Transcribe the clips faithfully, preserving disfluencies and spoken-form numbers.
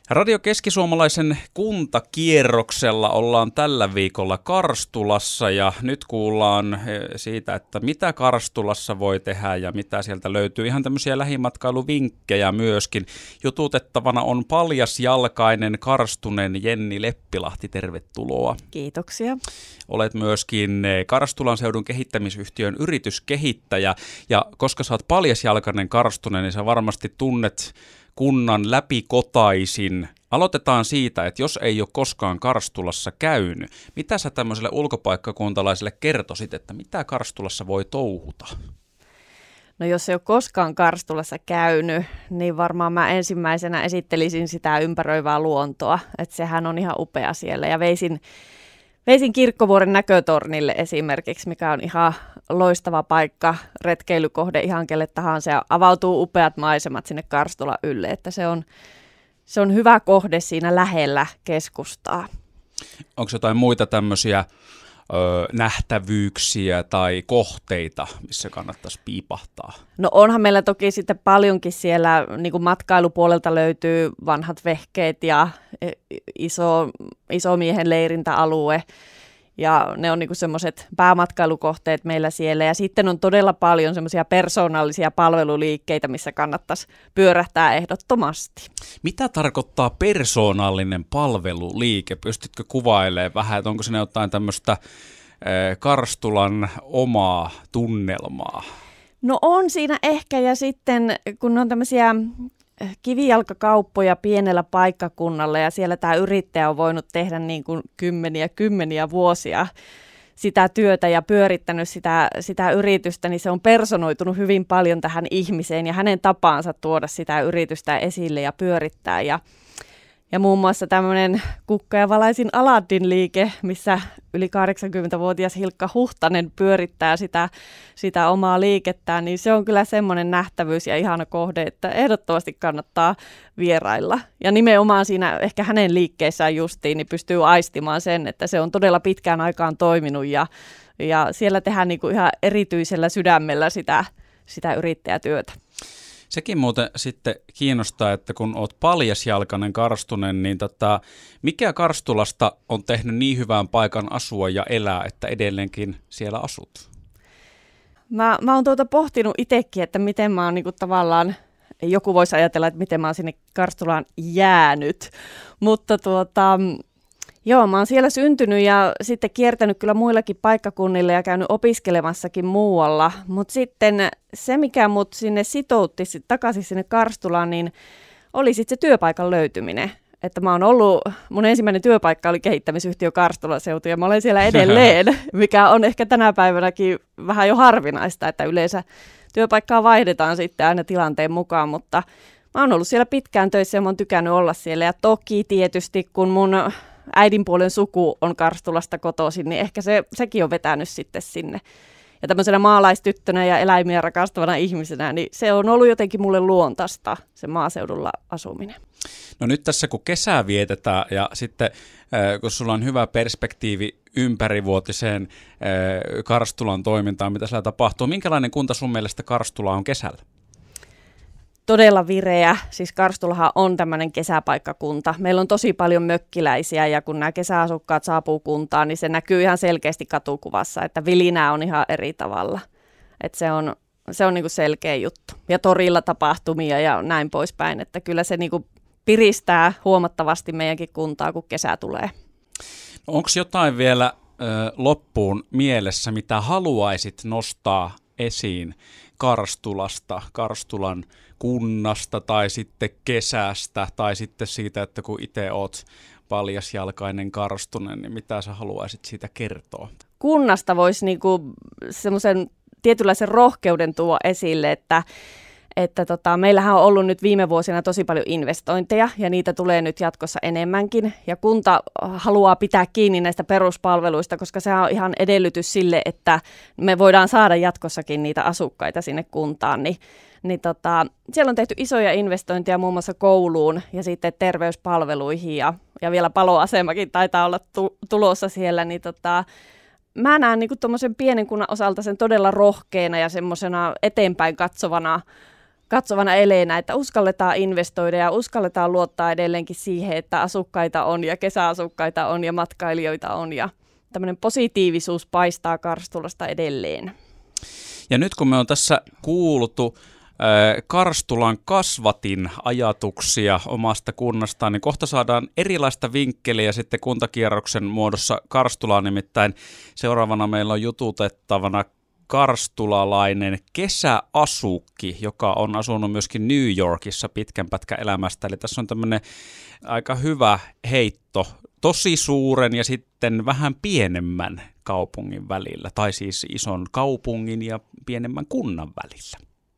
Radio Keski-Suomalaisen kuntakierroksella ollaan tällä viikolla Karstulassa ja nyt kuullaan siitä, että mitä Karstulassa voi tehdä ja mitä sieltä löytyy. Ihan tämmöisiä lähimatkailuvinkkejä myöskin. Jututettavana on paljasjalkainen karstunen Jenni Leppilahti. Tervetuloa. Kiitoksia. Olet myöskin Karstulan seudun kehittämisyhtiön yrityskehittäjä ja koska sä oot paljasjalkainen karstunen, niin sä varmasti tunnet kunnan läpikotaisin. Aloitetaan siitä, että jos ei ole koskaan Karstulassa käynyt, mitä sä tämmöiselle ulkopaikkakuntalaiselle kertoisit, että mitä Karstulassa voi touhuta? No jos ei ole koskaan Karstulassa käynyt, niin varmaan mä ensimmäisenä esittelisin sitä ympäröivää luontoa, että sehän on ihan upea siellä ja veisin Veisin Kirkkovuoren näkötornille esimerkiksi, mikä on ihan loistava paikka, retkeilykohde ihan kelle tahansa ja avautuu upeat maisemat sinne Karstulan ylle, että se on, se on hyvä kohde siinä lähellä keskustaa. Onko jotain muita tämmöisiä ö, nähtävyyksiä tai kohteita, missä kannattaisi piipahtaa? No onhan meillä toki sitten paljonkin siellä, niin kuin matkailupuolelta löytyy vanhat vehkeet ja iso, isomiehen leirintäalue. Ja ne on niinku semmoiset päämatkailukohteet meillä siellä. Ja sitten on todella paljon semmoisia persoonallisia palveluliikkeitä, missä kannattaisi pyörähtää ehdottomasti. Mitä tarkoittaa persoonallinen palveluliike? Pystytkö kuvailemaan vähän, että onko siinä jotain tämmöistä äh, Karstulan omaa tunnelmaa? No on siinä ehkä, ja sitten kun on tämmöisiä kivijalkakauppoja pienellä paikkakunnalla ja siellä tämä yrittäjä on voinut tehdä niin kuin kymmeniä kymmeniä vuosia sitä työtä ja pyörittänyt sitä, sitä yritystä, niin se on personoitunut hyvin paljon tähän ihmiseen ja hänen tapaansa tuoda sitä yritystä esille ja pyörittää. Ja, ja muun muassa tämmöinen Kukka ja valaisin Aladdin-liike, missä yli kahdeksankymmentävuotias Hilkka Huhtanen pyörittää sitä, sitä omaa liikettään, niin se on kyllä semmoinen nähtävyys ja ihana kohde, että ehdottomasti kannattaa vierailla. Ja nimenomaan siinä ehkä hänen liikkeessään justiin niin pystyy aistimaan sen, että se on todella pitkään aikaan toiminut ja, ja siellä tehdään niin kuin ihan erityisellä sydämellä sitä, sitä yrittäjätyötä. Sekin muuten sitten kiinnostaa, että kun olet paljasjalkainen karstunen, niin tota, mikä Karstulasta on tehnyt niin hyvän paikan asua ja elää, että edelleenkin siellä asut? Mä, mä oon tuota pohtinut itsekin, että miten mä oon niinku tavallaan, joku voisi ajatella, että miten mä oon sinne Karstulaan jäänyt, mutta tuota... Joo, mä oon siellä syntynyt ja sitten kiertänyt kyllä muillakin paikkakunnilla ja käynyt opiskelemassakin muualla, mutta sitten se, mikä mut sinne sitoutti sit takaisin sinne Karstulaan, niin oli sitten se työpaikan löytyminen. Että mä oon ollut, mun ensimmäinen työpaikka oli kehittämisyhtiö Karstulan seutu ja mä olen siellä edelleen, mikä on ehkä tänä päivänäkin vähän jo harvinaista, että yleensä työpaikkaa vaihdetaan sitten aina tilanteen mukaan, mutta mä oon ollut siellä pitkään töissä ja mä oon tykännyt olla siellä ja toki tietysti kun mun äidinpuolen suku on Karstulasta kotoisin, niin ehkä se, sekin on vetänyt sitten sinne. Ja tämmöisenä maalaistyttönä ja eläimiä rakastavana ihmisenä, niin se on ollut jotenkin mulle luontaista, se maaseudulla asuminen. No nyt tässä kun kesää vietetään ja sitten äh, kun sulla on hyvä perspektiivi ympärivuotiseen äh, Karstulan toimintaan, mitä siellä tapahtuu, minkälainen kunta sun mielestä Karstula on kesällä? Todella vireä, siis Karstulahan on tämmöinen kesäpaikkakunta. Meillä on tosi paljon mökkiläisiä ja kun nämä kesäasukkaat saapuu kuntaan, niin se näkyy ihan selkeästi katukuvassa, että vilinää on ihan eri tavalla. Että se on, se on niinku selkeä juttu. Ja torilla tapahtumia ja näin poispäin, että kyllä se niinku piristää huomattavasti meidänkin kuntaa, kun kesä tulee. No onko jotain vielä ö, loppuun mielessä, mitä haluaisit nostaa esiin Karstulasta, Karstulan kunnasta tai sitten kesästä tai sitten siitä, että kun itse oot paljasjalkainen karstunen, niin mitä sä haluaisit siitä kertoa? Kunnasta voisi niinku semmoisen tietynlaisen rohkeuden tuoda esille, että Että tota, meillähän on ollut nyt viime vuosina tosi paljon investointeja ja niitä tulee nyt jatkossa enemmänkin. Ja kunta haluaa pitää kiinni näistä peruspalveluista, koska se on ihan edellytys sille, että me voidaan saada jatkossakin niitä asukkaita sinne kuntaan. Ni, niin tota, siellä on tehty isoja investointeja muun muassa kouluun ja sitten terveyspalveluihin ja, ja vielä paloasemakin taitaa olla tu, tulossa siellä. Niin tota, mä näen niin tuommoisen pienen kunnan osalta sen todella rohkeana ja semmoisena eteenpäin katsovana katsovana eleenä, että uskalletaan investoida ja uskalletaan luottaa edelleenkin siihen, että asukkaita on ja kesäasukkaita on ja matkailijoita on ja tämmöinen positiivisuus paistaa Karstulasta edelleen. Ja nyt kun me on tässä kuultu äh, Karstulan kasvatin ajatuksia omasta kunnastaan, niin kohta saadaan erilaista vinkkeliä sitten kuntakierroksen muodossa Karstulaan, nimittäin seuraavana meillä on jututettavana karstulalainen kesäasukki, joka on asunut myöskin New Yorkissa pitkän pätkän elämästä. Eli tässä on tämmöinen aika hyvä heitto tosi suuren ja sitten vähän pienemmän kaupungin välillä, tai siis ison kaupungin ja pienemmän kunnan välillä.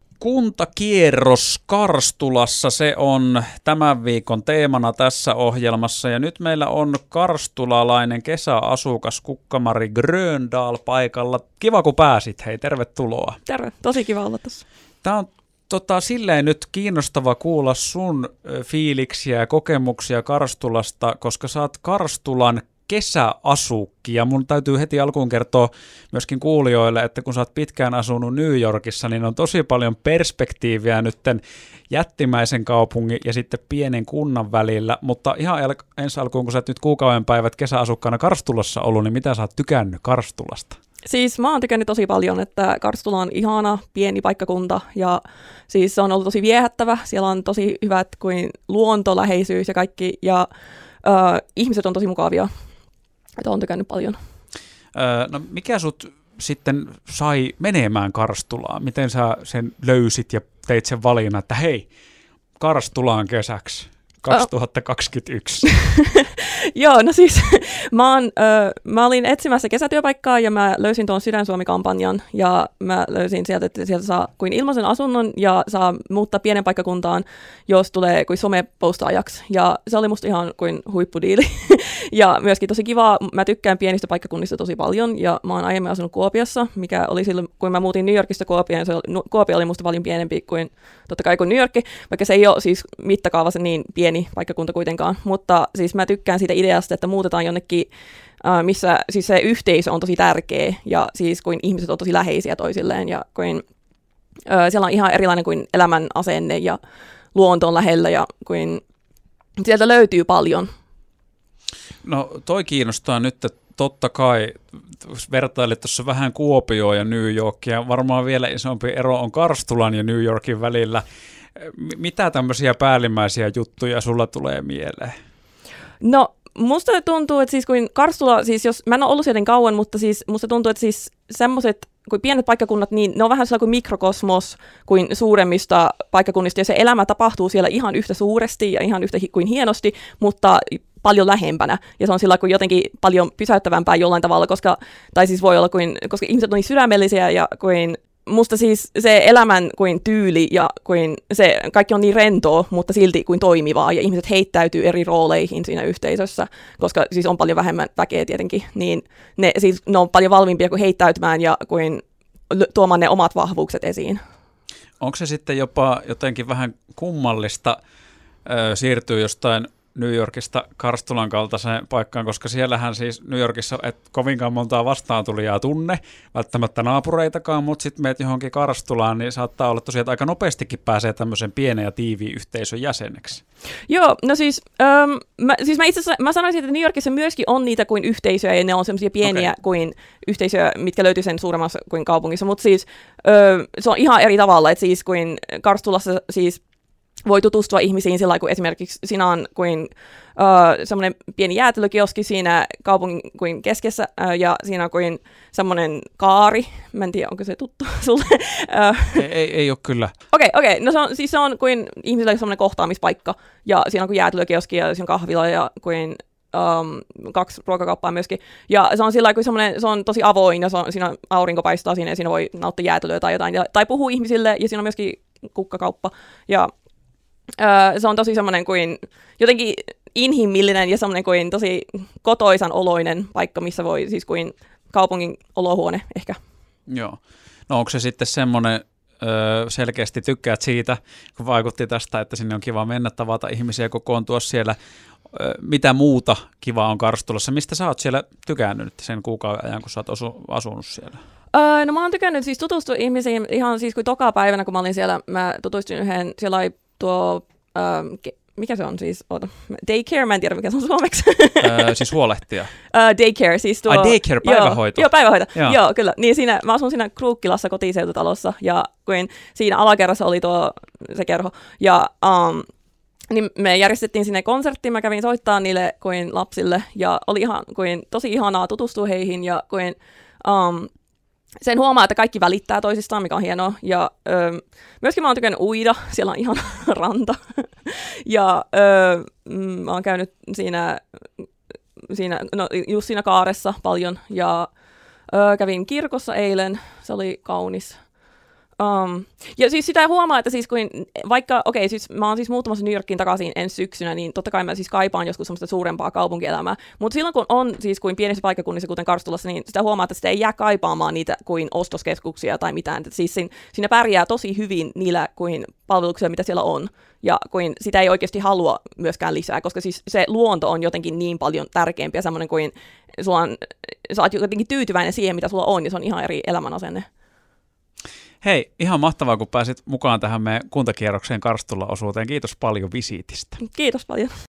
Kuntakierros Karstulassa, se on tämän viikon teemana tässä ohjelmassa, ja nyt meillä on karstulalainen kesäasukas Kukkamari Gröndal paikalla. Kiva kun pääsit, hei, tervetuloa. Terve, tosi kiva olla tässä. Tämä on tota, silleen nyt kiinnostava kuulla sun fiiliksiä ja kokemuksia Karstulasta, koska sä oot Karstulan kesäasukki, ja mun täytyy heti alkuun kertoa myöskin kuulijoille, että kun sä oot pitkään asunut New Yorkissa, niin on tosi paljon perspektiiviä nytten jättimäisen kaupungin ja sitten pienen kunnan välillä, mutta ihan el- ensi alkuun, kun sä oot nyt kuukauden päivät kesäasukkaana Karstulassa ollut, niin mitä sä oot tykännyt Karstulasta? Siis mä oon tykännyt tosi paljon, että Karstula on ihana pieni paikkakunta ja siis se on ollut tosi viehättävä. Siellä on tosi hyvät kuin luontoläheisyys ja kaikki ja äh, ihmiset on tosi mukavia. Että oon tykännyt paljon. Öö, no mikä sut sitten sai menemään Karstulaan? Miten sä sen löysit ja teit sen valinnan, että hei, Karstulaan kesäksi kaksituhattakaksikymmentäyksi? Joo, no siis mä, oon, ö, mä olin etsimässä kesätyöpaikkaa ja mä löysin tuon Sydän Suomi-kampanjan ja mä löysin sieltä, että sieltä saa kuin ilmaisen asunnon ja saa muuttaa pienen paikkakuntaan, jos tulee kuin somepostaajaksi. Ja se oli musta ihan kuin huippudiili. Ja myöskin tosi kiva, mä tykkään pienistä paikkakunnista tosi paljon ja mä oon aiemmin asunut Kuopiossa, mikä oli silloin, kun mä muutin New Yorkista Kuopioon, se oli, Kuopio oli musta paljon pienempi kuin totta kai kuin New York, vaikka se ei ole siis mittakaavassa niin pieni paikkakunta kuitenkaan, mutta siis mä tykkään siitä ideasta, että muutetaan jonnekin, äh, missä siis se yhteisö on tosi tärkeä ja siis kuin ihmiset on tosi läheisiä toisilleen ja kuin äh, siellä on ihan erilainen kuin elämän asenne ja luonto on lähellä ja kuin sieltä löytyy paljon. No toi kiinnostaa nyt, että totta kai vertailit tuossa vähän Kuopioon ja New Yorkia, varmaan vielä isompi ero on Karstulan ja New Yorkin välillä. Mitä tämmöisiä päällimmäisiä juttuja sulla tulee mieleen? No musta tuntuu, että siis kuin Karstula, siis jos, mä en ole ollut siellä kauan, mutta siis musta tuntuu, että siis semmoiset kuin pienet paikkakunnat, niin ne on vähän sellainen kuin mikrokosmos kuin suuremmista paikkakunnista, ja se elämä tapahtuu siellä ihan yhtä suuresti ja ihan yhtä kuin hienosti, mutta paljon lähempänä, ja se on sillä kuin jotenkin paljon pysäyttävämpää jollain tavalla, koska, tai siis voi olla kuin, koska ihmiset on niin sydämellisiä, ja kuin musta siis se elämän kuin tyyli ja kuin se kaikki on niin rentoa, mutta silti kuin toimivaa, ja ihmiset heittäytyy eri rooleihin siinä yhteisössä, koska siis on paljon vähemmän väkeä tietenkin, niin ne, siis, ne on paljon valmiimpia kuin heittäytymään ja kuin tuomaan ne omat vahvuukset esiin. Onko se sitten jopa jotenkin vähän kummallista ö, siirtyä jostain New Yorkista Karstulan kaltaiseen paikkaan, koska siellähän siis New Yorkissa et kovinkaan montaa vastaantulijaa tunne, välttämättä naapureitakaan, mutta sitten meet johonkin Karstulaan, niin saattaa olla tosiaan, että aika nopeastikin pääsee tämmöisen pienen ja tiiviin yhteisön jäseneksi. Joo, no siis, ähm, mä, siis mä itse asiassa mä sanoisin, että New Yorkissa myöskin on niitä kuin yhteisöjä, ja ne on semmoisia pieniä okay. kuin yhteisöjä, mitkä löytyy sen suuremmassa kuin kaupungissa, mutta siis äh, se on ihan eri tavalla, että siis kuin Karstulassa siis voi tutustua ihmisiin sillä kuin esimerkiksi siinä on kuin uh, semmoinen pieni jäätelökioski siinä kaupungin kuin keskessä uh, ja siinä on kuin semmoinen kaari. Mä en tiedä, onko se tuttu sulle. Uh, ei, ei, ei ole kyllä. Okei, okay, okei. Okay. No se on, siis se on kuin ihmisille semmoinen kohtaamispaikka ja siinä on kuin jäätelökioski ja siinä on kahvila ja kuin Um, kaksi ruokakauppaa myöskin. Ja se on sillä kuin semmoinen, se on tosi avoin ja se on, siinä aurinko paistaa siinä ja siinä voi nauttia jäätelöä tai jotain. Ja, tai puhua ihmisille ja siinä on myöskin kukkakauppa. Ja uh, se on tosi semmoinen kuin jotenkin inhimillinen ja semmoinen kuin tosi kotoisan oloinen paikka, missä voi siis kuin kaupungin olohuone ehkä. Joo. No onko se sitten semmoinen, öö, selkeästi tykkäät siitä, kun vaikutti tästä, että sinne on kiva mennä, tavata ihmisiä, kokoontua siellä. Mitä muuta kivaa on Karstulassa? Mistä sä oot siellä tykännyt sen kuukauden ajan, kun sä oot osu, asunut siellä? Öö, no mä oon tykännyt siis tutustua ihmisiin ihan siis kuin toka päivänä, kun mä olin siellä, mä tutustuin yhden, siellä oli tuo, öö, mikä se on siis, oota, daycare, mä en tiedä mikä se on suomeksi. Öö, siis huolehtia. Öö, daycare, siis tuo. Ai daycare, päivähoito. Joo, joo päivähoito, joo. joo kyllä. Niin siinä, mä asun siinä Kruukkilassa kotiseututalossa, ja kun siinä alakerrassa oli tuo se kerho, ja um, niin me järjestettiin sinne konserttiin, mä kävin soittaa niille kuin lapsille, ja oli ihan kuin tosi ihanaa tutustua heihin, ja kuin um, sen huomaa, että kaikki välittää toisistaan, mikä on hienoa. Ja öö, myöskin mä oon tykännyt uida, siellä on ihan ranta. ja öö, mä oon käynyt siinä, siinä, no, just siinä kaaressa paljon, ja öö, kävin kirkossa eilen, se oli kaunis. Um, ja siis sitä huomaa, että siis kun vaikka, okei, okay, siis mä oon siis muuttamassa New Yorkiin takaisin ensi syksynä, niin totta kai mä siis kaipaan joskus semmoista suurempaa kaupunkielämää. Mutta silloin kun on siis kuin pienissä paikkakunnissa, kuten Karstulassa, niin sitä huomaa, että sitä ei jää kaipaamaan niitä kuin ostoskeskuksia tai mitään. Että siis siinä, siinä pärjää tosi hyvin niillä kuin palveluksilla, mitä siellä on. Ja kuin sitä ei oikeasti halua myöskään lisää, koska siis se luonto on jotenkin niin paljon tärkeämpi ja semmoinen kuin sulla on, sä oot jotenkin tyytyväinen siihen, mitä sulla on, ja se on ihan eri elämänasenne. Hei, ihan mahtavaa, kun pääsit mukaan tähän meidän kuntakierrokseen Karstula-osuuteen. Kiitos paljon visiitistä. Kiitos paljon.